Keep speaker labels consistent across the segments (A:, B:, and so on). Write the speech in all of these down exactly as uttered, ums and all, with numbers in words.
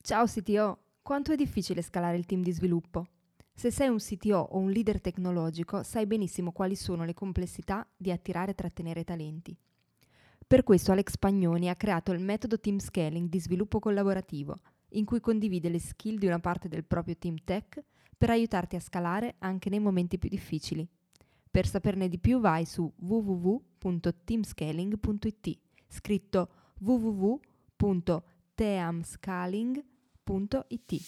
A: Ciao C T O, quanto è difficile scalare il team di sviluppo? Se sei un C T O o un leader tecnologico, sai benissimo quali sono le complessità di attirare e trattenere talenti. Per questo Alex Pagnoni ha creato il metodo Team Scaling di sviluppo collaborativo, in cui condivide le skill di una parte del proprio team tech per aiutarti a scalare anche nei momenti più difficili. Per saperne di più vai su w w w punto teamscaling punto i t, scritto w w w punto teamscaling punto i t.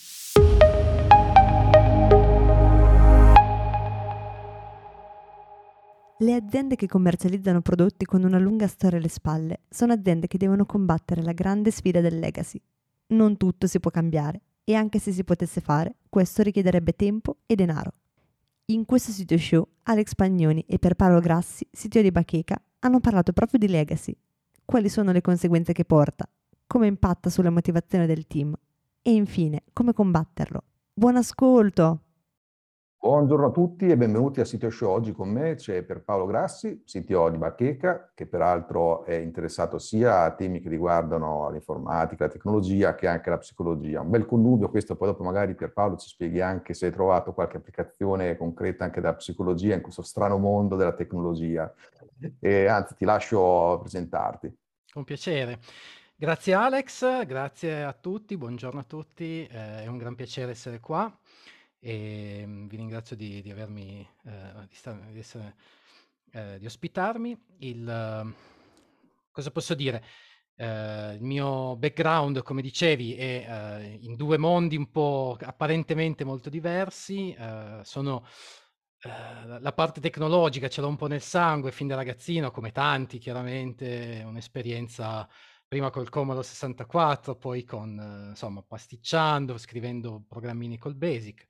B: Le aziende che commercializzano prodotti con una lunga storia alle spalle sono aziende che devono combattere la grande sfida del legacy. Non tutto si può cambiare e anche se si potesse fare, questo richiederebbe tempo e denaro. In questo sito show, Alex Pagnoni e Pierpaolo Grassi, C T O di Bacheca, hanno parlato proprio di legacy. Quali sono le conseguenze che porta? Come impatta sulla motivazione del team? E infine, come combatterlo? Buon ascolto!
C: Buongiorno a tutti e benvenuti a C T O Show. Oggi con me c'è Pierpaolo Grassi, C T O di Bacheca, che peraltro è interessato sia a temi che riguardano l'informatica, la tecnologia, che anche la psicologia. Un bel connubio questo, poi dopo magari Pierpaolo ci spieghi anche se hai trovato qualche applicazione concreta anche della psicologia in questo strano mondo della tecnologia. E anzi, ti lascio presentarti.
D: Con piacere. Grazie Alex, grazie a tutti, buongiorno a tutti, eh, è un gran piacere essere qua e mm, vi ringrazio di, di avermi, eh, di, sta- di essere, eh, di ospitarmi. Il, eh, cosa posso dire? Eh, il mio background, come dicevi, è eh, in due mondi un po' apparentemente molto diversi. Eh, sono eh, la parte tecnologica ce l'ho un po' nel sangue fin da ragazzino, come tanti, chiaramente, un'esperienza prima col Commodore sessantaquattro, poi con, eh, insomma, pasticciando, scrivendo programmini col BASIC.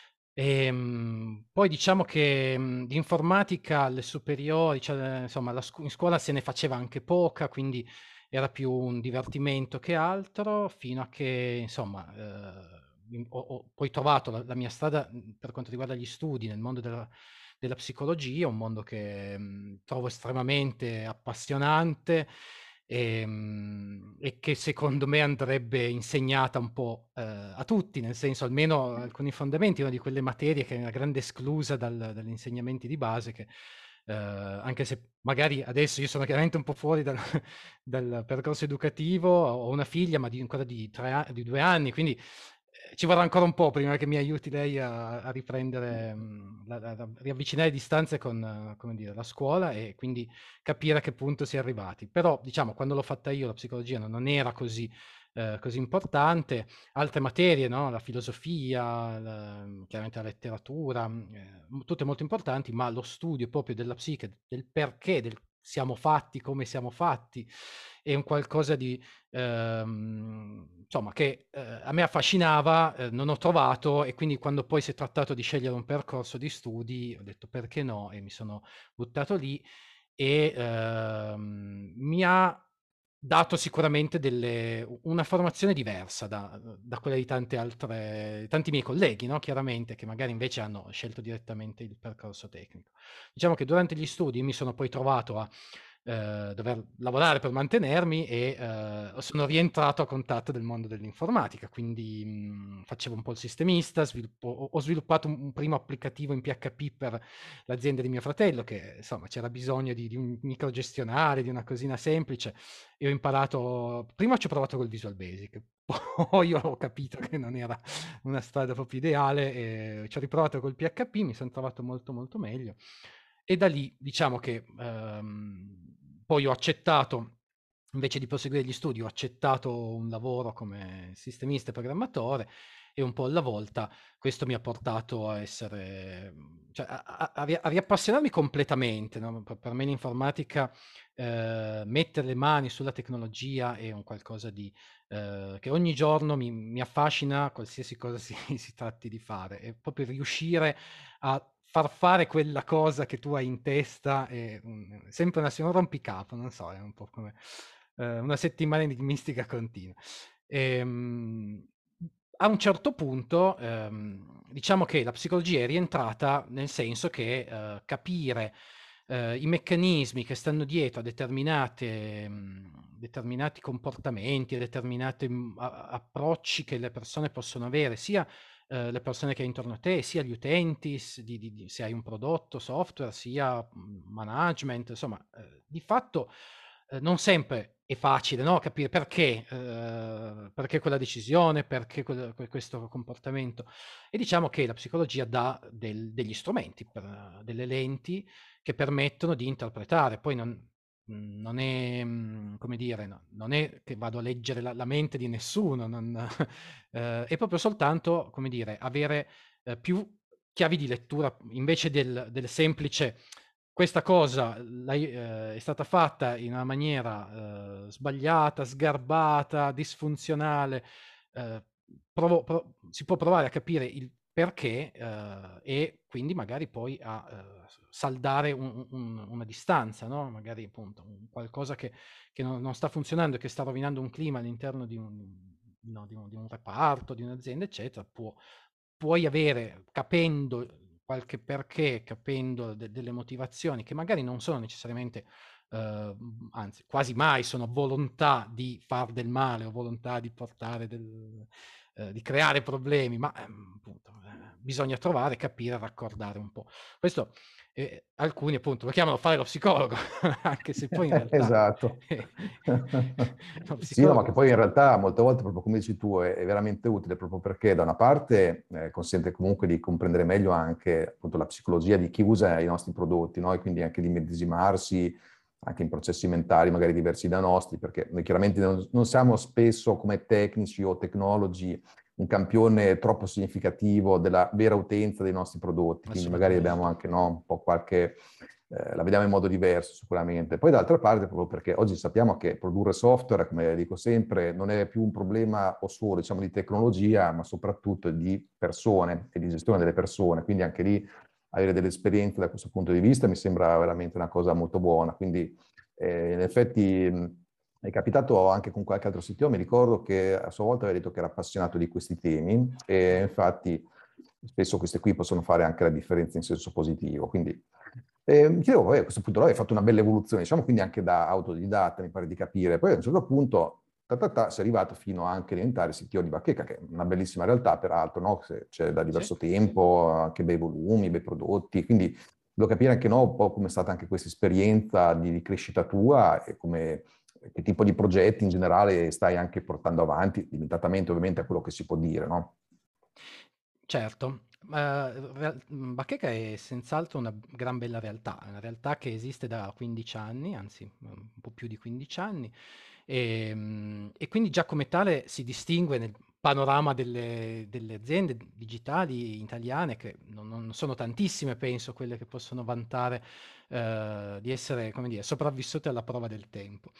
D: Ehm, poi diciamo che mh, di informatica alle superiori, cioè, insomma, la scu- in scuola se ne faceva anche poca, quindi era più un divertimento che altro, fino a che, insomma, eh, mi- ho, ho poi trovato la, la mia strada mh, per quanto riguarda gli studi nel mondo della, della psicologia, un mondo che mh, trovo estremamente appassionante e, mh, e che secondo me andrebbe insegnata un po' eh, a tutti, nel senso almeno alcuni fondamenti, una di quelle materie che è una grande esclusa dal- dagli insegnamenti di base che eh, anche se magari adesso io sono chiaramente un po' fuori dal, dal percorso educativo, ho una figlia ma di, ancora di, tre, a- di due anni, quindi eh, ci vorrà ancora un po' prima che mi aiuti lei a, a riprendere, mh, la, la- la- riavvicinare distanze con, eh, come dire, la scuola e quindi capire a che punto si è arrivati. Però, diciamo, quando l'ho fatta io la psicologia non, non era così, eh, così importante. Altre materie, no? La filosofia, la- chiaramente la letteratura, mh, eh, m- tutte molto importanti, ma lo studio proprio della psiche, del perché, del siamo fatti come siamo fatti, è un qualcosa di, ehm, insomma, che eh, a me affascinava, eh, non ho trovato e quindi quando poi si è trattato di scegliere un percorso di studi ho detto perché no e mi sono buttato lì e ehm, mi ha dato sicuramente delle, una formazione diversa da, da quella di tante altre, tanti miei colleghi, no? Chiaramente, che magari invece hanno scelto direttamente il percorso tecnico. Diciamo che durante gli studi mi sono poi trovato a eh, dover lavorare per mantenermi e eh, sono rientrato a contatto del mondo dell'informatica, quindi mh, facevo un po' il sistemista, sviluppo, ho, ho sviluppato un, un primo applicativo in P H P per l'azienda di mio fratello, che insomma c'era bisogno di, di un microgestionale, di una cosina semplice, e ho imparato, prima ci ho provato col Visual Basic, poi ho capito che non era una strada proprio ideale, e ci ho riprovato col P H P, mi sono trovato molto molto meglio. E da lì diciamo che ehm, poi ho accettato, invece di proseguire gli studi, ho accettato un lavoro come sistemista e programmatore e un po' alla volta questo mi ha portato a essere, cioè a, a- a ri- a riappassionarmi completamente, no? Per, per me l'informatica, eh, mettere le mani sulla tecnologia è un qualcosa di, eh, che ogni giorno mi, mi affascina, qualsiasi cosa si, si tratti di fare, e proprio riuscire a far fare quella cosa che tu hai in testa è un- sempre una, un rompicapo, non so, è un po' come eh, una settimana enigmistica continua. Ehm, a un certo punto, ehm, diciamo che la psicologia è rientrata nel senso che eh, capire eh, i meccanismi che stanno dietro a determinate, mh, determinati comportamenti, a determinati mh, a- approcci che le persone possono avere, sia eh, le persone che hai intorno a te, sia gli utenti, s- di- di- di- se hai un prodotto, software, sia mh, management, insomma, eh, di fatto eh, non sempre è facile, no? Capire perché, eh, perché quella decisione, perché quel- que- questo comportamento. E diciamo che la psicologia dà del- degli strumenti, per- delle lenti che permettono di interpretare. Poi non, non è, mm, come dire, no, non è che vado a leggere la, la mente di nessuno, non- eh, è proprio soltanto, come dire, avere eh, più chiavi di lettura invece del, del semplice questa cosa l'hai- eh, è stata fatta in una maniera eh, sbagliata, sgarbata, disfunzionale. eh, provo- pro- si può provare a capire il perché eh, e quindi magari poi a eh, saldare un- un- una distanza, no? Magari appunto un qualcosa che, che non, non sta funzionando e che sta rovinando un clima all'interno di un, no, di un, di un reparto, di un'azienda, eccetera, può, puoi avere, capendo qualche perché, capendo de- delle motivazioni che magari non sono necessariamente, eh, anzi quasi mai sono volontà di far del male o volontà di portare del, eh, di creare problemi, ma ehm, appunto eh, bisogna trovare, capire, raccordare un po'. Questo eh, alcuni appunto lo chiamano fare lo psicologo, anche se poi in realtà
C: Esatto.
D: eh, lo
C: Sì, no, ma che
D: psicologo,
C: poi in realtà molte volte, proprio come dici tu, è, è veramente utile proprio perché da una parte eh, consente comunque di comprendere meglio anche appunto la psicologia di chi usa i nostri prodotti, no? E quindi anche di medesimarsi anche in processi mentali magari diversi da nostri, perché noi chiaramente non, non siamo spesso come tecnici o tecnologi un campione troppo significativo della vera utenza dei nostri prodotti, quindi magari abbiamo
D: assolutamente.
C: anche no, un po' qualche eh, la vediamo in modo diverso sicuramente. Poi d'altra parte, proprio perché oggi sappiamo che produrre software, come dico sempre, non è più un problema o solo diciamo, di tecnologia, ma soprattutto di persone e di gestione delle persone. Quindi anche lì avere delle esperienze da questo punto di vista mi sembra veramente una cosa molto buona. Quindi eh, in effetti mh, è capitato anche con qualche altro C T O, mi ricordo che a sua volta aveva detto che era appassionato di questi temi e infatti spesso queste qui possono fare anche la differenza in senso positivo. Quindi eh, mi chiedevo, poi a questo punto hai fatto una bella evoluzione, diciamo quindi anche da autodidatta, mi pare di capire. Poi a un certo punto ta, ta, ta, sei arrivato fino anche a diventare C T O di Bacheca, che è una bellissima realtà peraltro, no? C'è da
D: Sì.
C: diverso tempo, anche bei volumi, bei prodotti, quindi volevo capire anche no, un po' come è stata anche questa esperienza di, di crescita tua e come, che tipo di progetti in generale stai anche portando avanti, limitatamente ovviamente a quello che si può dire, no?
D: Certo, ma real- mh, Bacheca è senz'altro una gran bella realtà, è una realtà che esiste da quindici anni, anzi mm, un po' più di quindici anni, e, mh, e quindi già come tale si distingue nel panorama delle, delle aziende digitali italiane, che non, non sono tantissime, penso, quelle che possono vantare eh, di essere, come dire, sopravvissute alla prova del tempo.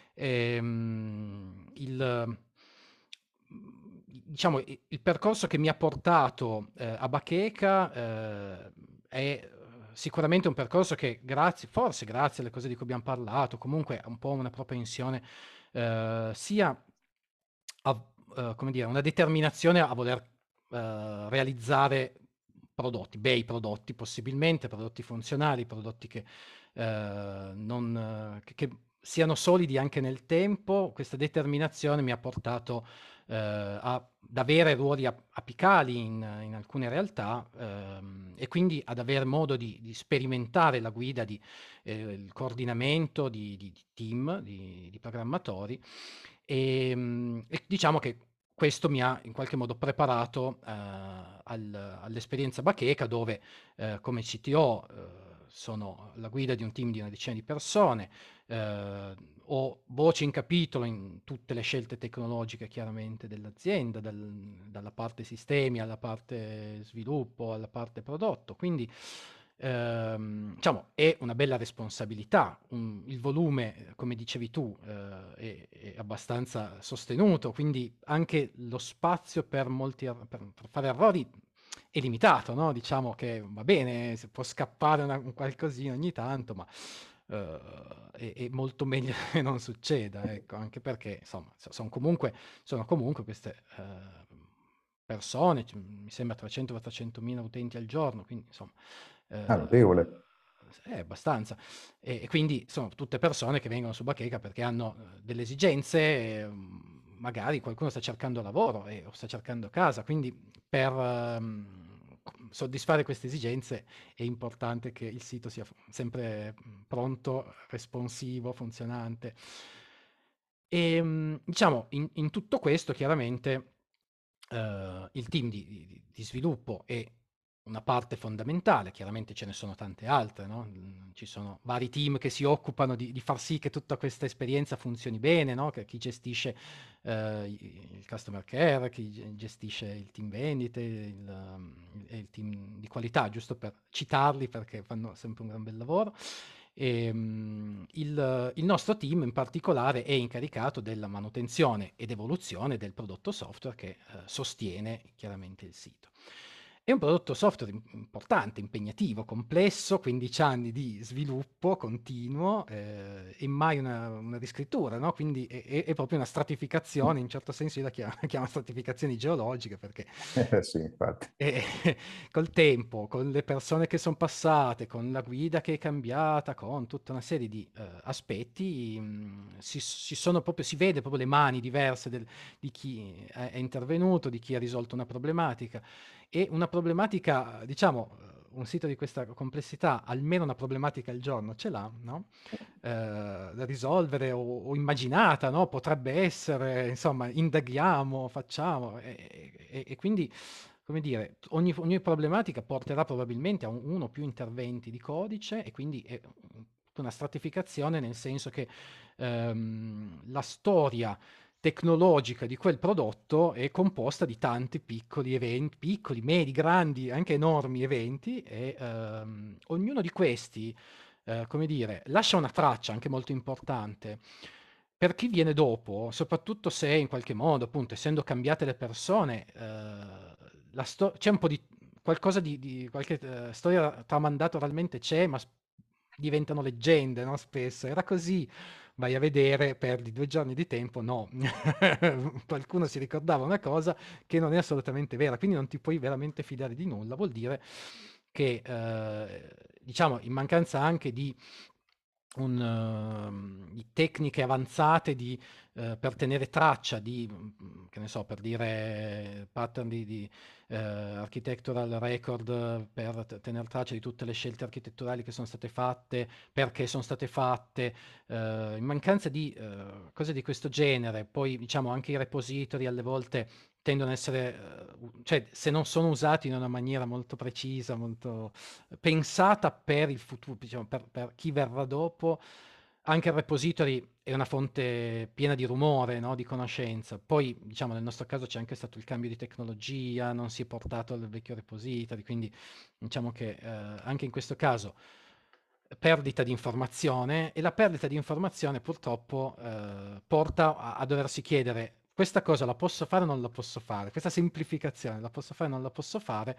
D: Ehm, il, diciamo, i- il percorso che mi ha portato eh, a Bacheca eh, è eh, sicuramente un percorso che grazie, forse grazie alle cose di cui abbiamo parlato, comunque è un po' una propensione eh, sia a, eh, come dire, una determinazione a voler eh, realizzare prodotti, bei prodotti possibilmente, prodotti funzionali, prodotti che, eh, non, che, che siano solidi anche nel tempo. Questa determinazione mi ha portato eh, a, ad avere ruoli ap- apicali in, in alcune realtà ehm, e quindi ad avere modo di, di sperimentare la guida, di, eh, il coordinamento di, di- di team, di, di programmatori e, mm, e diciamo che questo mi ha in qualche modo preparato eh, al- all'esperienza Bacheca dove eh, come C T O eh, sono la guida di un team di una decina di persone, eh, ho voce in capitolo in tutte le scelte tecnologiche chiaramente dell'azienda, dal- dalla parte sistemi alla parte sviluppo, alla parte prodotto, quindi ehm, diciamo è una bella responsabilità. Un- il volume, eh, come dicevi tu, eh, è, è abbastanza sostenuto, quindi anche lo spazio per molti er- per, per fare errori è limitato, no? Diciamo che va bene, si può scappare una- un qualcosina ogni tanto, ma eh, è, è molto meglio che non succeda, ecco, anche perché insomma so- sono comunque, sono comunque queste eh, persone, c- mi sembra trecento quattrocento mila utenti al giorno, quindi insomma
C: Ah,
D: eh,
C: notevole.
D: Eh, abbastanza. E, e quindi sono tutte persone che vengono su Bacheca perché hanno eh, delle esigenze, eh, magari qualcuno sta cercando lavoro e, o sta cercando casa, quindi per ehm, soddisfare queste esigenze è importante che il sito sia fu- sempre mm, pronto, responsivo, funzionante. E mm, diciamo, in, in tutto questo chiaramente eh, il team di, di- di sviluppo è una parte fondamentale, chiaramente ce ne sono tante altre, no? Mm, Ci sono vari team che si occupano di, di far sì che tutta questa esperienza funzioni bene, no? Che chi gestisce eh, i- il customer care, chi ge- gestisce il team vendite, il, um, e il team di qualità, giusto per citarli perché fanno sempre un gran bel lavoro. E, mm, il, il nostro team in particolare è incaricato della manutenzione ed evoluzione del prodotto software che eh, sostiene chiaramente il sito. È un prodotto software im- importante, impegnativo, complesso, quindici anni di sviluppo continuo eh, e mai una, una riscrittura, no? Quindi è, è- è proprio una stratificazione, in certo senso io la chiamo, la chiamo stratificazioni geologiche perché
C: Eh, sì, infatti.
D: e col tempo, con le persone che son passate, con la guida che è cambiata, con tutta una serie di, ehm, aspetti, mhmm, si si sono proprio si vede proprio le mani diverse del di chi è è intervenuto, di chi ha risolto una problematica. E una problematica diciamo, uhm, un sito di questa complessità, almeno una problematica al giorno ce l'ha, no, ehm, da risolvere o o immaginata, no, potrebbe essere, insomma, indaghiamo, facciamo, e e e quindi come dire, ogni, ogni problematica porterà probabilmente a un- uno o più interventi di codice e quindi è una stratificazione nel senso che ehm, la storia tecnologica di quel prodotto è composta di tanti piccoli eventi, piccoli, medi, grandi, anche enormi eventi e ehm, ognuno di questi, eh, come dire, lascia una traccia anche molto importante per chi viene dopo, soprattutto se in qualche modo, appunto, essendo cambiate le persone, eh, la sto- c'è un po' di qualcosa di, di qualche eh, storia tramandata oralmente c'è, ma s- diventano leggende, no? Spesso era così, vai a vedere, perdi due giorni di tempo, no, qualcuno si ricordava una cosa che non è assolutamente vera, quindi non ti puoi veramente fidare di nulla, vuol dire che, eh, diciamo, in mancanza anche di un, ehm, di tecniche avanzate di, eh, per tenere traccia di, mm, che ne so, per dire pattern di, di, eh, architectural record eh, per t- tenere traccia di tutte le scelte architetturali che sono state fatte, perché sono state fatte, eh, in mancanza di eh, cose di questo genere, poi diciamo anche i repository alle volte tendono a essere, eh, u- cioè se non sono usati in una maniera molto precisa, molto pensata per il futuro, diciamo, per, per chi verrà dopo. Anche il repository è una fonte piena di rumore, no? Di conoscenza. Poi, diciamo, nel nostro caso c'è anche stato il cambio di tecnologia, non si è portato al vecchio repository, quindi diciamo che eh, anche in questo caso perdita di informazione e la perdita di informazione purtroppo eh, porta a, a doversi chiedere questa cosa la posso fare o non la posso fare, questa semplificazione la posso fare o non la posso fare.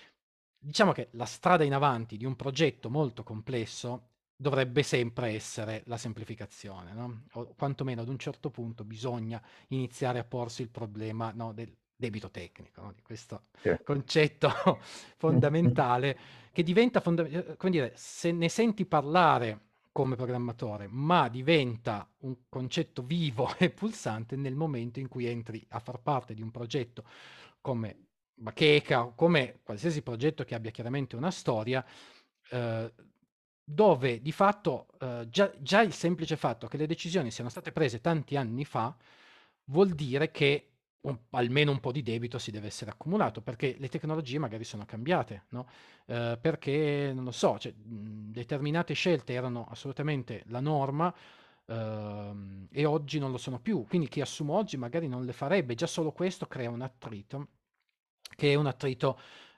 D: Diciamo che la strada in avanti di un progetto molto complesso dovrebbe sempre essere la semplificazione, no? O quantomeno ad un certo punto bisogna iniziare a porsi il problema, no, del debito tecnico, no? Di questo
C: Sì.
D: concetto fondamentale che diventa, fonda- eh, come dire, se ne senti parlare come programmatore, ma diventa un concetto vivo e pulsante nel momento in cui entri a far parte di un progetto come Bacheca o come qualsiasi progetto che abbia chiaramente una storia, eh, dove di fatto eh, già, già il semplice fatto che le decisioni siano state prese tanti anni fa vuol dire che un- almeno un po' di debito si deve essere accumulato perché le tecnologie magari sono cambiate, no? Eh, perché non lo so, cioè, mh, determinate scelte erano assolutamente la norma. ehm, e oggi non lo sono più, quindi chi assume oggi magari non le farebbe, già solo questo crea un attrito che è un attrito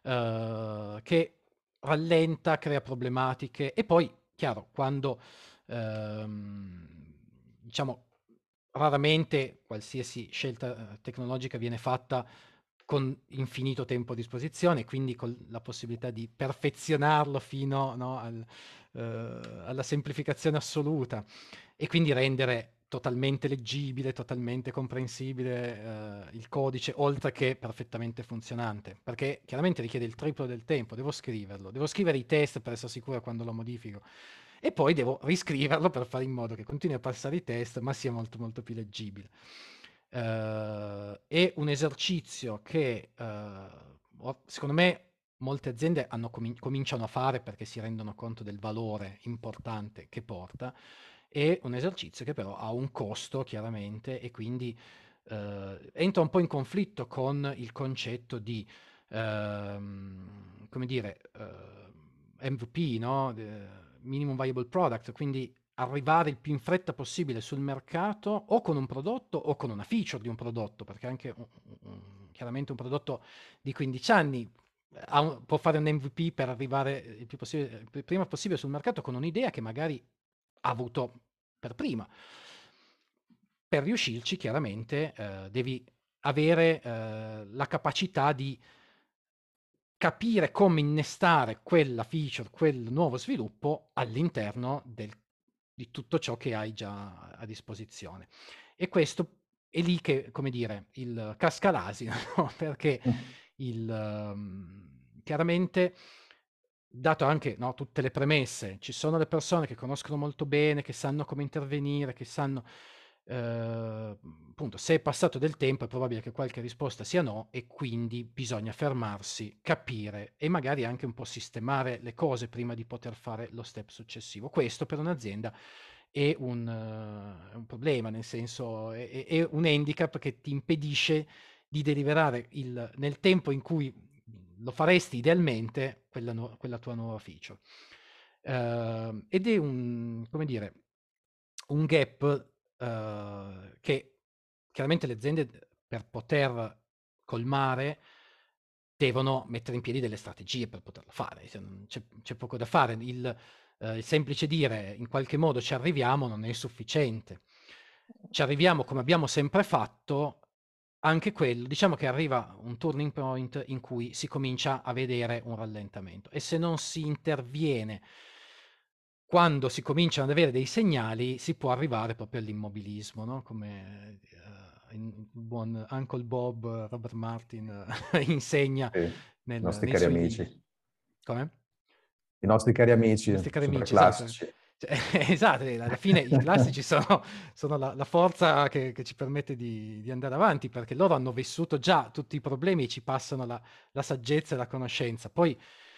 D: eh, che rallenta, crea problematiche e poi, chiaro, quando ehm, diciamo raramente qualsiasi scelta eh, tecnologica viene fatta con infinito tempo a disposizione, quindi con la possibilità di perfezionarlo fino, no, al, eh, alla semplificazione assoluta e quindi rendere totalmente leggibile, totalmente comprensibile eh, il codice, oltre che perfettamente funzionante, perché chiaramente richiede il triplo del tempo, devo scriverlo, devo scrivere i test per essere sicuro quando lo modifico e poi devo riscriverlo per fare in modo che continui a passare i test, ma sia molto molto più leggibile. Eh, è un esercizio che eh, ho- secondo me molte aziende hanno comin- cominciano a fare perché si rendono conto del valore importante che porta. È un esercizio che però ha un costo chiaramente e quindi eh, entra un po' in conflitto con il concetto di, ehm, come dire, eh, M V P, no? De- Minimum Viable Product, quindi arrivare il più in fretta possibile sul mercato o con un prodotto o con una feature di un prodotto, perché anche un- un- chiaramente un prodotto di quindici anni ha un- può fare un M V P per arrivare il più possibile, il prima possibile sul mercato con un'idea che magari ha avuto per prima. Per riuscirci, chiaramente, eh, devi avere eh, la capacità di capire come innestare quella feature, quel nuovo sviluppo all'interno del- di tutto ciò che hai già a disposizione. E questo è lì che, come dire, il casca l'asino, no? Perché il, ehm, chiaramente, dato anche no, tutte le premesse, ci sono le persone che conoscono molto bene, che sanno come intervenire, che sanno, eh, appunto, se è passato del tempo è probabile che qualche risposta sia no e quindi bisogna fermarsi, capire e magari anche un po' sistemare le cose prima di poter fare lo step successivo. Questo per un'azienda è un, eh, è un problema, nel senso è, è- è un handicap che ti impedisce di deliberare il- nel tempo in cui lo faresti idealmente quella, nu- quella tua nuova feature. Ehm, ed è un, come dire, un gap eh, che chiaramente le aziende per poter colmare devono mettere in piedi delle strategie per poterlo fare, cioè, non- c'è, c'è poco da fare. Il, eh, il semplice dire in qualche modo ci arriviamo non è sufficiente. Ci arriviamo come abbiamo sempre fatto, anche quello, diciamo che arriva un turning point in cui si comincia a vedere un rallentamento e se non si interviene quando si cominciano ad avere dei segnali si può arrivare proprio all'immobilismo, no? Come eh, il buon Uncle Bob, eh, Robert Martin, eh, insegna
C: Sì, i
D: nel-
C: nostri
D: nei
C: cari
D: suoi
C: amici.
D: libri. Come?
C: I nostri cari
D: I
C: amici,
D: nostri cari
C: super
D: amici, esatto.
C: classici.
D: Cioè, esatto, eh, alla fine i classici sono, sono la, la forza che, che ci permette di, di andare avanti, perché loro hanno vissuto già tutti i problemi e ci passano la, la saggezza e la conoscenza. Poi,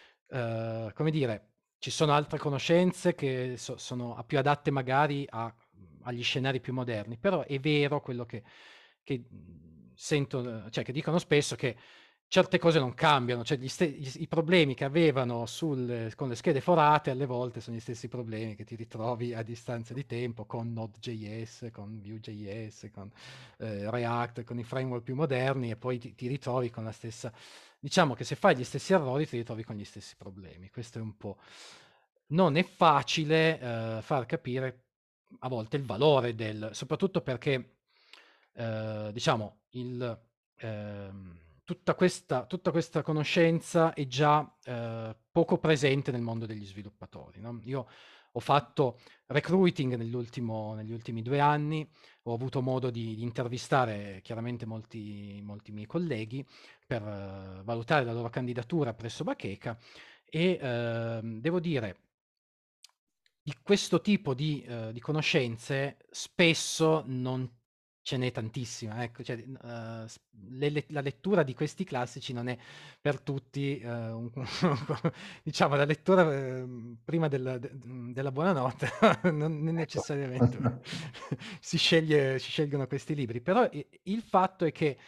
D: eh, come dire, ci sono altre conoscenze che so- sono più adatte magari a- agli scenari più moderni, però è vero quello che, che mh, sento, cioè che dicono spesso che certe cose non cambiano, cioè gli ste- gli- i problemi che avevano sul- con le schede forate alle volte sono gli stessi problemi che ti ritrovi a distanza di tempo con Node.js, con Vue.js, con eh, React, con i framework più moderni e poi ti, ti ritrovi con la stessa... Diciamo che se fai gli stessi errori ti ritrovi con gli stessi problemi. Questo è un po'... Non è facile eh, far capire a volte il valore del... soprattutto perché, eh, diciamo, il... ehm, tutta questa, tutta questa conoscenza è già eh, poco presente nel mondo degli sviluppatori, no? Io ho fatto recruiting nell'ultimo- negli ultimi due anni, ho avuto modo di, di intervistare chiaramente molti, molti miei colleghi per eh, valutare la loro candidatura presso Bacheca e ehm, devo dire di questo tipo di, eh, di conoscenze spesso non ce n'è tantissima, ecco, cioè, eh, s- le- le- la lettura di questi classici non è per tutti, eh, un- diciamo, la lettura eh, prima del- de- della buonanotte non non
C: Ecco.
D: necessariamente si sceglie, si scelgono questi libri, però i- il fatto è che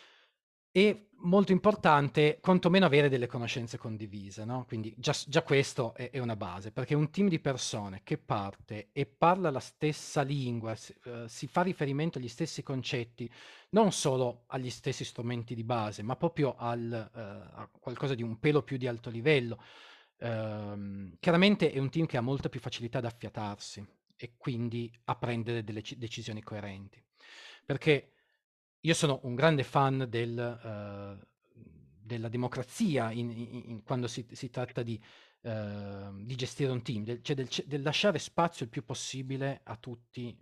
D: è molto importante quantomeno avere delle conoscenze condivise, no? Quindi già, già questo è, è una base, perché un team di persone che parte e parla la stessa lingua, si, eh, si fa riferimento agli stessi concetti, non solo agli stessi strumenti di base, ma proprio al, eh, a qualcosa di un pelo più di alto livello. Ehm, chiaramente è un team che ha molta più facilità ad affiatarsi e quindi a prendere delle ci- decisioni coerenti. Perché io sono un grande fan del, eh, della democrazia in- in- in- quando si, si tratta di, eh, di gestire un team, del, cioè del, del lasciare spazio il più possibile a tutti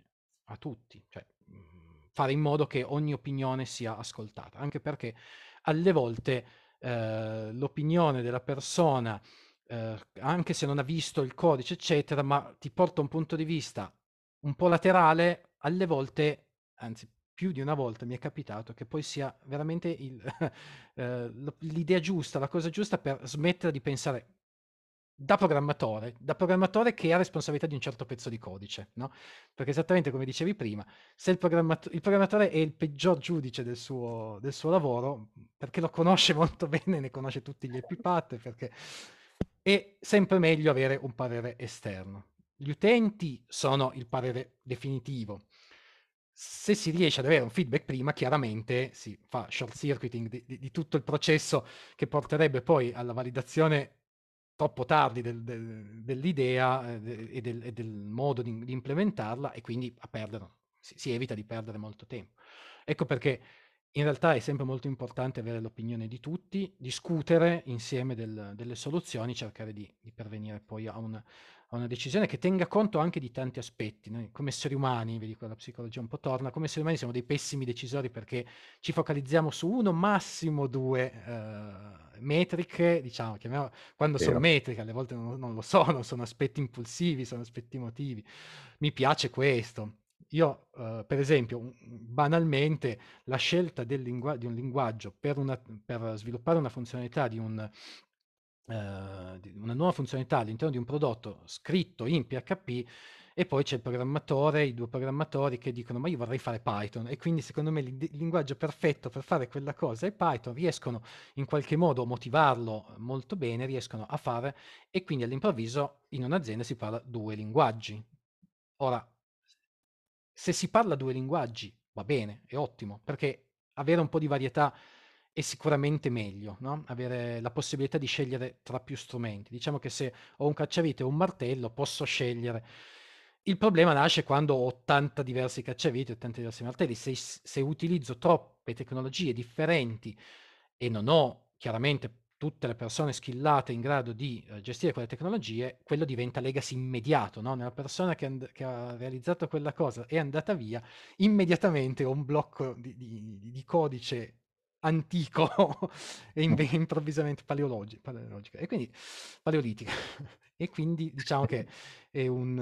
D: a tutti, cioè mh, fare in modo che ogni opinione sia ascoltata, anche perché alle volte eh, l'opinione della persona, eh, anche se non ha visto il codice, eccetera, ma ti porta un punto di vista un po' laterale, alle volte, anzi più di una volta mi è capitato che poi sia veramente il, eh, lo- l'idea giusta, la cosa giusta per smettere di pensare da programmatore, da programmatore che ha responsabilità di un certo pezzo di codice, no? Perché esattamente come dicevi prima, se il, programmato- il programmatore è il peggior giudice del suo, del suo lavoro, perché lo conosce molto bene, ne conosce tutti gli happy path, perché è sempre meglio avere un parere esterno. Gli utenti sono il parere definitivo. Se si riesce ad avere un feedback prima, chiaramente si fa short circuiting di, di- di tutto il processo che porterebbe poi alla validazione troppo tardi del- del- dell'idea eh, de- e, del, e del modo di, di implementarla, e quindi a perdere, si, si evita di perdere molto tempo. Ecco perché in realtà è sempre molto importante avere l'opinione di tutti, discutere insieme del- delle soluzioni, cercare di, di pervenire poi a una, a una decisione che tenga conto anche di tanti aspetti. Noi come esseri umani, vedi qua la psicologia un po' torna, come esseri umani siamo dei pessimi decisori perché ci focalizziamo su uno, massimo due eh, metriche, diciamo, chiamiamo, quando sono
C: Vero.
D: metriche, alle volte non, non lo sono, sono aspetti impulsivi, sono aspetti emotivi. Mi piace questo. Io, eh, per esempio, un- banalmente, la scelta del lingua- di un linguaggio per, una- per sviluppare una funzionalità di un, eh, di una nuova funzionalità all'interno di un prodotto scritto in P H P, e poi c'è il programmatore, i due programmatori che dicono ma io vorrei fare Python, e quindi secondo me l'id- il linguaggio perfetto per fare quella cosa è Python, riescono in qualche modo a motivarlo molto bene, riescono a fare, e quindi all'improvviso in un'azienda si parla due linguaggi. Ora, se si parla due linguaggi, va bene, è ottimo, perché avere un po' di varietà è sicuramente meglio, no? Avere la possibilità di scegliere tra più strumenti. Diciamo che se ho un cacciavite e un martello, posso scegliere. Il problema nasce quando ho ottanta diversi cacciaviti, ottanta diversi martelli. Se, se utilizzo troppe tecnologie differenti e non ho chiaramente tutte le persone skillate in grado di eh, gestire quelle tecnologie, quello diventa legacy immediato, no? Nella persona che, and- che ha realizzato quella cosa è andata via, immediatamente ho un blocco di, di- di codice antico e inve- improvvisamente paleologi- paleologica, e quindi paleolitica. E quindi diciamo che è un,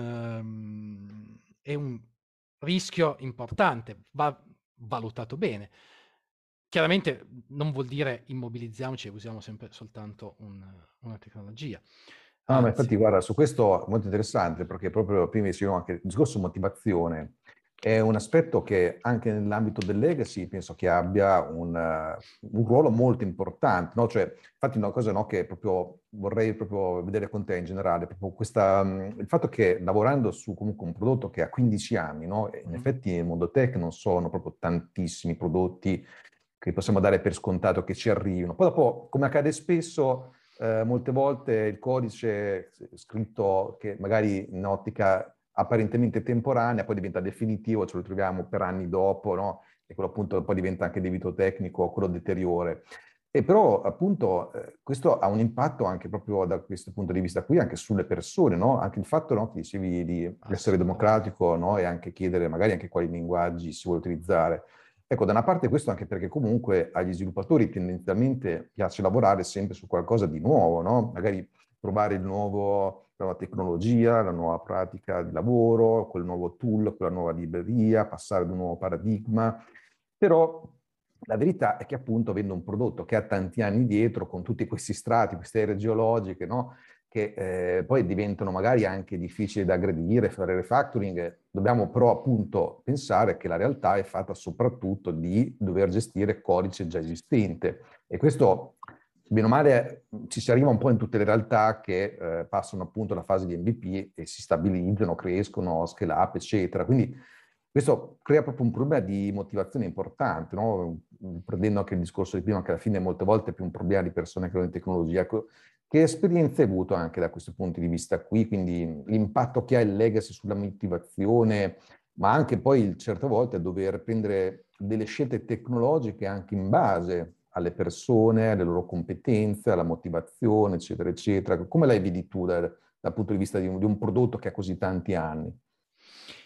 D: ehm, è un rischio importante, va valutato bene. Chiaramente non vuol dire immobilizziamoci e usiamo sempre soltanto un- una tecnologia.
C: No, ma infatti,
D: Anzi,
C: guarda, su questo è molto interessante perché proprio prima dicevo anche il discorso motivazione è un aspetto che anche nell'ambito del legacy penso che abbia un, eh, un ruolo molto importante, no? Cioè, infatti una cosa, no, che proprio vorrei proprio vedere con te in generale, proprio questa, mh, il fatto che lavorando su comunque un prodotto che ha quindici anni, no? E in
D: mhm,
C: effetti nel mondo tech non sono proprio tantissimi prodotti che possiamo dare per scontato che ci arrivino. Poi dopo, come accade spesso, eh, molte volte il codice scritto che magari in ottica apparentemente temporanea poi diventa definitivo, ce lo troviamo per anni dopo, no? E quello appunto poi diventa anche debito tecnico, quello deteriore. E però appunto eh, questo ha un impatto anche proprio da questo punto di vista qui, anche sulle persone, no? Anche il fatto, no, che dicevi di essere
D: assolutamente.
C: democratico, no? E anche chiedere magari anche quali linguaggi si vuole utilizzare. Ecco, da una parte questo anche perché comunque agli sviluppatori tendenzialmente piace lavorare sempre su qualcosa di nuovo, no? Magari provare il nuovo, la nuova tecnologia, la nuova pratica di lavoro, quel nuovo tool, quella nuova libreria, passare ad un nuovo paradigma. Però la verità è che appunto avendo un prodotto che ha tanti anni dietro, con tutti questi strati, queste aree geologiche, no? Che eh, poi diventano magari anche difficili da aggredire, fare refactoring, dobbiamo però appunto pensare che la realtà è fatta soprattutto di dover gestire codice già esistente. E questo, bene o male, ci si arriva un po' in tutte le realtà che eh, passano appunto la fase di M V P e si stabilizzano, crescono, scale up, eccetera. Quindi questo crea proprio un problema di motivazione importante, no? Prendendo anche il discorso di prima, che alla fine molte volte è più un problema di persone che non di tecnologia. Ecco, che esperienze hai avuto anche da questo punto di vista qui? Quindi l'impatto che ha il legacy sulla motivazione, ma anche poi certe volte dover prendere delle scelte tecnologiche anche in base alle persone, alle loro competenze, alla motivazione, eccetera, eccetera. Come la vedi tu dal, dal punto di vista di un, di un prodotto che ha così tanti anni?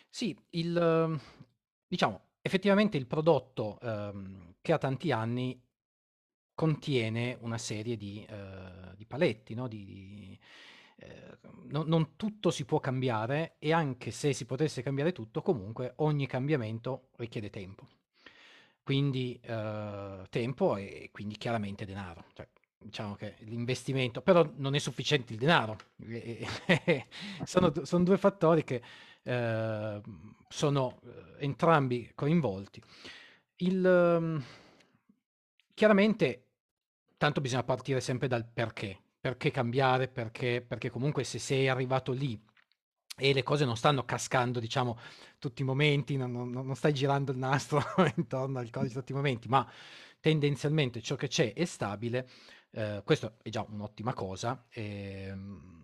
D: Sì, il, ehm, diciamo, effettivamente il prodotto ehm, che ha tanti anni contiene una serie di, eh, di paletti, no? Di, di- eh, no- non tutto si può cambiare e anche se si potesse cambiare tutto, comunque ogni cambiamento richiede tempo. Quindi eh, tempo e quindi chiaramente denaro. Cioè, diciamo che l'investimento, però non è sufficiente il denaro. E- e- sono, du- sono due fattori che eh, sono eh, entrambi coinvolti. Il, ehm, chiaramente, tanto bisogna partire sempre dal perché. Perché cambiare? Perché, perché comunque se sei arrivato lì e le cose non stanno cascando, diciamo, tutti i momenti, non, non- non stai girando il nastro intorno al codice tutti i momenti, ma tendenzialmente ciò che c'è è stabile, eh, questo è già un'ottima cosa. ehm,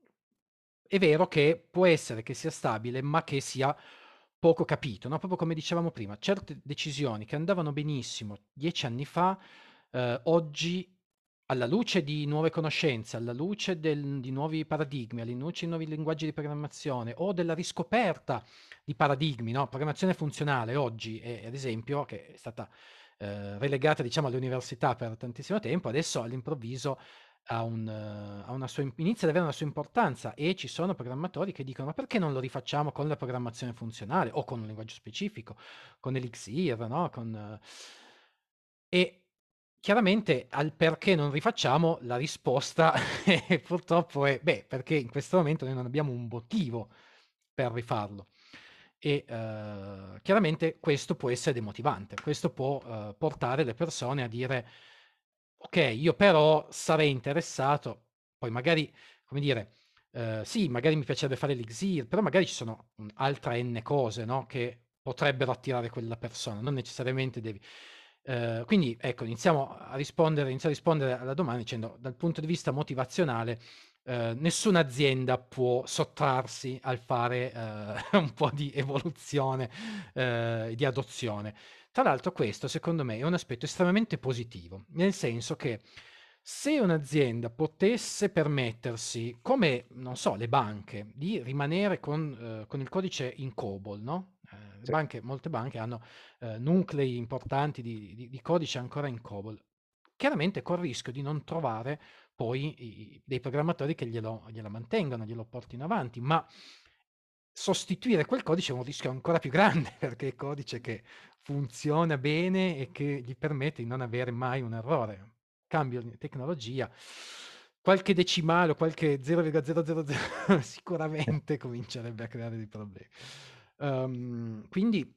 D: è vero che può essere che sia stabile, ma che sia poco capito, no? Proprio come dicevamo prima, certe decisioni che andavano benissimo dieci anni fa, eh, oggi, alla luce di nuove conoscenze, alla luce del- di nuovi paradigmi, alla luce di nuovi linguaggi di programmazione o della riscoperta di paradigmi, no? Programmazione funzionale oggi, è, ad esempio, che è stata eh, relegata, diciamo, alle università per tantissimo tempo, adesso all'improvviso ha un, eh, ha una sua, inizia ad avere una sua importanza e ci sono programmatori che dicono ma perché non lo rifacciamo con la programmazione funzionale o con un linguaggio specifico, con Elixir, no? Con, eh, e chiaramente al perché non rifacciamo la risposta purtroppo è beh, perché in questo momento noi non abbiamo un motivo per rifarlo. E eh, chiaramente questo può essere demotivante, questo può eh, portare le persone a dire ok, io però sarei interessato, poi magari, come dire, eh, sì, magari mi piacerebbe fare l'Elixir, però magari ci sono mm, altre n cose, no, che potrebbero attirare quella persona, non necessariamente devi. Eh, quindi ecco, iniziamo a rispondere, inizio a rispondere alla domanda dicendo dal punto di vista motivazionale eh, nessuna azienda può sottrarsi al fare eh, un po' di evoluzione, eh, di adozione. Tra l'altro questo secondo me è un aspetto estremamente positivo, nel senso che se un'azienda potesse permettersi, come non so, le banche, di rimanere con, eh, con il codice in COBOL, no? Eh, le
C: Sì.
D: banche, molte banche hanno eh, nuclei importanti di, di- di codice ancora in COBOL, chiaramente col rischio di non trovare poi i- dei programmatori che glielo, glielo mantengano, glielo portino avanti, ma sostituire quel codice è un rischio ancora più grande perché è codice che funziona bene e che gli permette di non avere mai un errore. Cambio di tecnologia, qualche decimale o qualche zero virgola zero zero zero sicuramente comincerebbe a creare dei problemi. Ehm, quindi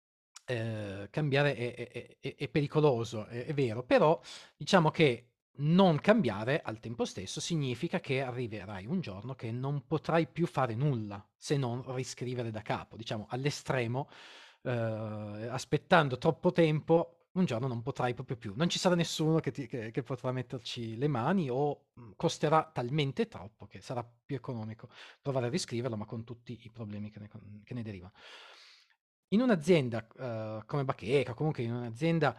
D: eh, cambiare è, è- è- è pericoloso, è, è vero, però diciamo che non cambiare al tempo stesso significa che arriverai un giorno che non potrai più fare nulla se non riscrivere da capo, diciamo all'estremo, eh, aspettando troppo tempo. Un giorno non potrai proprio più, non ci sarà nessuno che, ti- che- che potrà metterci le mani o mh, costerà talmente troppo che sarà più economico provare a riscriverlo, ma con tutti i problemi che ne, con- che ne derivano. In un'azienda eh, come Bacheca, comunque in un'azienda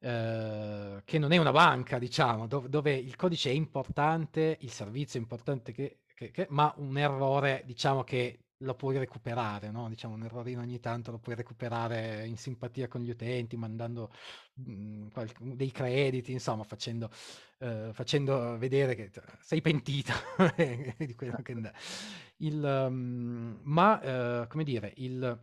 D: eh, che non è una banca, diciamo, dov- dove il codice è importante, il servizio è importante, che, che- che- ma un errore, diciamo che lo puoi recuperare, no? Diciamo un errorino ogni tanto lo puoi recuperare in simpatia con gli utenti, mandando mm, qualc- dei crediti, insomma, facendo, eh, facendo vedere che sei pentito di quello che è. Il, um, ma, eh, come dire, il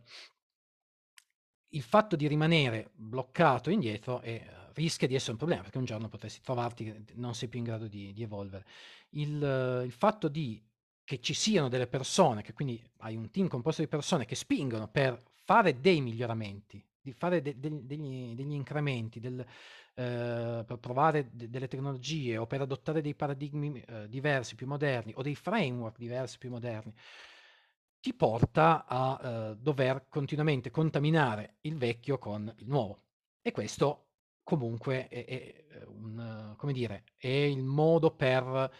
D: il fatto di rimanere bloccato indietro eh, rischia di essere un problema, perché un giorno potresti trovarti che non sei più in grado di, di evolvere. Il, eh, il fatto di che ci siano delle persone, che quindi hai un team composto di persone che spingono per fare dei miglioramenti, di fare de- de- degli, degli incrementi, del, eh, per provare de- delle tecnologie o per adottare dei paradigmi eh, diversi, più moderni, o dei framework diversi, più moderni, ti porta a eh, dover continuamente contaminare il vecchio con il nuovo. E questo comunque è, è è un, eh, come dire, è il modo per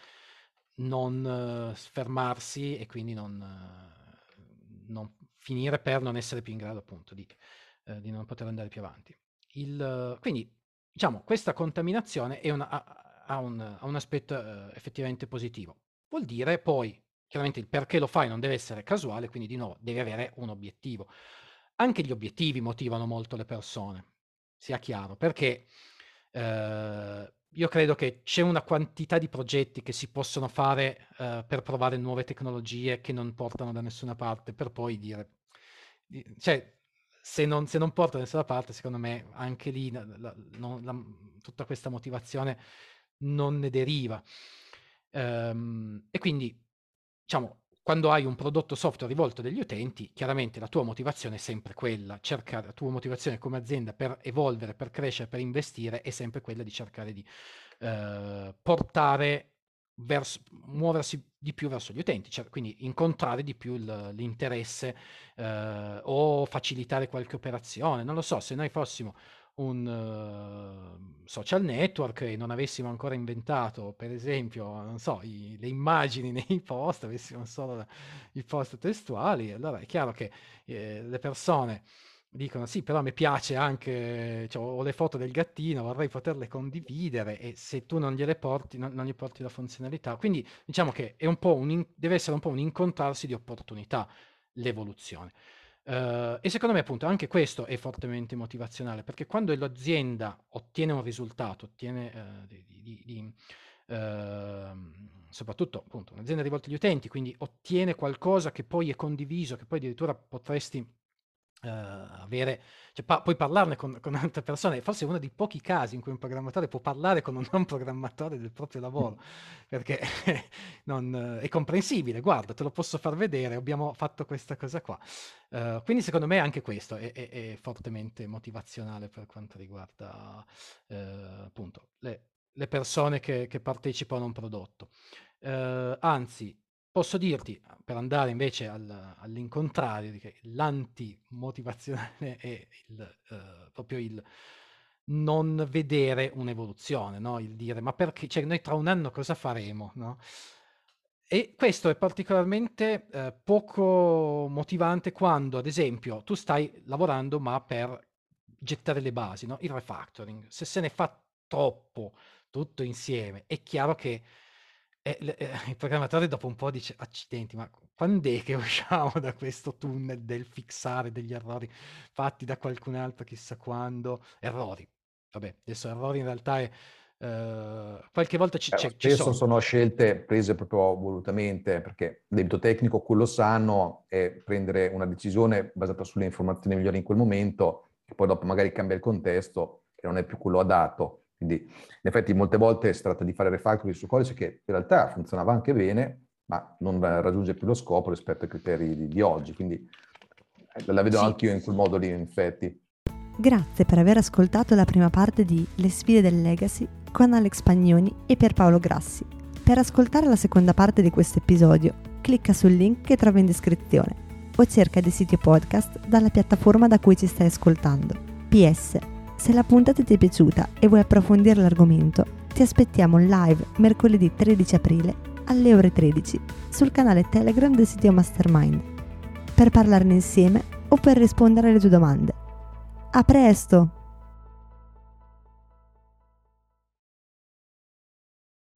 D: non eh, fermarsi e quindi non, eh, non finire per non essere più in grado appunto di, eh, di non poter andare più avanti. Il, eh, quindi diciamo questa contaminazione è una- ha, ha un, ha un aspetto eh, effettivamente positivo. Vuol dire poi chiaramente il perché lo fai non deve essere casuale, quindi di nuovo devi avere un obiettivo. Anche gli obiettivi motivano molto le persone, sia chiaro, perché eh, io credo che c'è una quantità di progetti che si possono fare eh, per provare nuove tecnologie che non portano da nessuna parte, per poi dire, cioè, se non, se non porta da nessuna parte, secondo me anche lì la, la, non, la, tutta questa motivazione non ne deriva. Ehm, e quindi, diciamo, quando hai un prodotto software rivolto agli utenti, chiaramente la tua motivazione è sempre quella, cercare, la tua motivazione come azienda per evolvere, per crescere, per investire è sempre quella di cercare di eh, portare verso, muoversi di più verso gli utenti, cioè, quindi incontrare di più il, l'interesse eh, o facilitare qualche operazione. Non lo so, se noi fossimo un uh, social network e non avessimo ancora inventato, per esempio, non so, i, le immagini nei post, avessimo solo i post testuali, allora è chiaro che eh, le persone dicono sì, però mi piace anche, cioè, ho le foto del gattino, vorrei poterle condividere e se tu non gliele porti, non, non gli porti la funzionalità. Quindi diciamo che è un po' un in, deve essere un po' un incontrarsi di opportunità, l'evoluzione. Uh, e secondo me appunto anche questo è fortemente motivazionale, perché quando l'azienda ottiene un risultato, ottiene uh, di, di, di, uh, soprattutto appunto un'azienda rivolta agli utenti, quindi ottiene qualcosa che poi è condiviso, che poi addirittura potresti Uh, avere, cioè, pa- puoi parlarne con, con altre persone, forse è uno dei pochi casi in cui un programmatore può parlare con un non programmatore del proprio lavoro, perché non, è comprensibile, guarda, te lo posso far vedere, abbiamo fatto questa cosa qua. Uh, quindi secondo me anche questo è, è, è fortemente motivazionale per quanto riguarda uh, appunto le, le persone che, che partecipano a un prodotto. Uh, anzi, posso dirti, per andare invece al, all'incontrario, che l'antimotivazionale è il, uh, proprio il non vedere un'evoluzione, no? Il dire ma perché, cioè noi tra un anno cosa faremo, no? E questo è particolarmente eh, poco motivante quando, ad esempio, tu stai lavorando ma per gettare le basi, no? Il refactoring. Se se ne fa troppo tutto insieme, è chiaro che eh, le- eh, il programmatore dopo un po' dice accidenti, ma quando è che usciamo da questo tunnel del fixare degli errori fatti da qualcun altro chissà quando? Errori. Vabbè, adesso errori in realtà è, eh, qualche volta ci,
C: Eh,
D: c'è- ci
C: spesso
D: sono.
C: sono scelte prese proprio volutamente, perché il debito tecnico quello sanno è prendere una decisione basata sulle informazioni migliori in quel momento, e poi dopo magari cambia il contesto e non è più quello adatto. Quindi in effetti molte volte si tratta di fare refactoring su codice che in realtà funzionava anche bene, ma non raggiunge più lo scopo rispetto ai criteri di, di oggi. Quindi la vedo
D: Sì.
C: anche io in quel modo lì, in effetti.
B: Grazie per aver ascoltato la prima parte di Le sfide del Legacy con Alex Pagnoni e Pierpaolo Grassi. Per ascoltare la seconda parte di questo episodio, clicca sul link che trovi in descrizione o cerca dei siti podcast dalla piattaforma da cui ci stai ascoltando. P S. Se la puntata ti è piaciuta e vuoi approfondire l'argomento, ti aspettiamo live mercoledì tredici aprile alle ore tredici sul canale Telegram del sito Mastermind per parlarne insieme o per rispondere alle tue domande. A presto!